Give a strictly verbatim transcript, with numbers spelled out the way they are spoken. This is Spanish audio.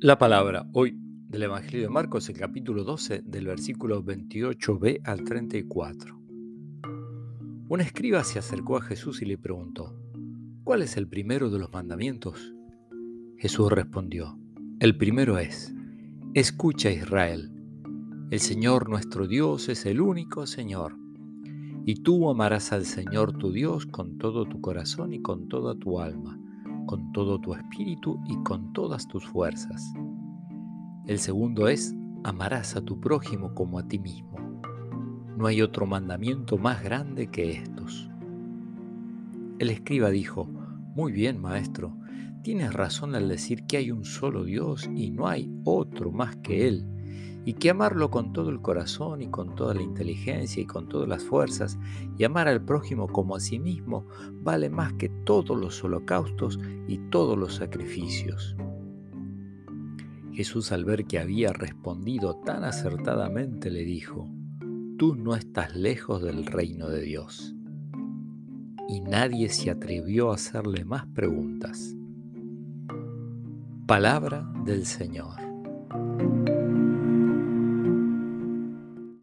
La palabra hoy del Evangelio de Marcos, el capítulo doce, del versículo veintiocho b al treinta y cuatro. Un escriba se acercó a Jesús y le preguntó: ¿Cuál es el primero de los mandamientos? Jesús respondió: El primero es: Escucha, Israel, el Señor nuestro Dios es el único Señor, y tú amarás al Señor tu Dios con todo tu corazón y con toda tu alma, con todo tu espíritu y con todas tus fuerzas. El segundo es: amarás a tu prójimo como a ti mismo. No hay otro mandamiento más grande que estos. El escriba dijo: Muy bien, maestro, tienes razón al decir que hay un solo Dios y no hay otro más que Él, y que amarlo con todo el corazón y con toda la inteligencia y con todas las fuerzas, y amar al prójimo como a sí mismo, vale más que todos los holocaustos y todos los sacrificios. Jesús, al ver que había respondido tan acertadamente, le dijo: Tú no estás lejos del reino de Dios. Y nadie se atrevió a hacerle más preguntas. Palabra del Señor.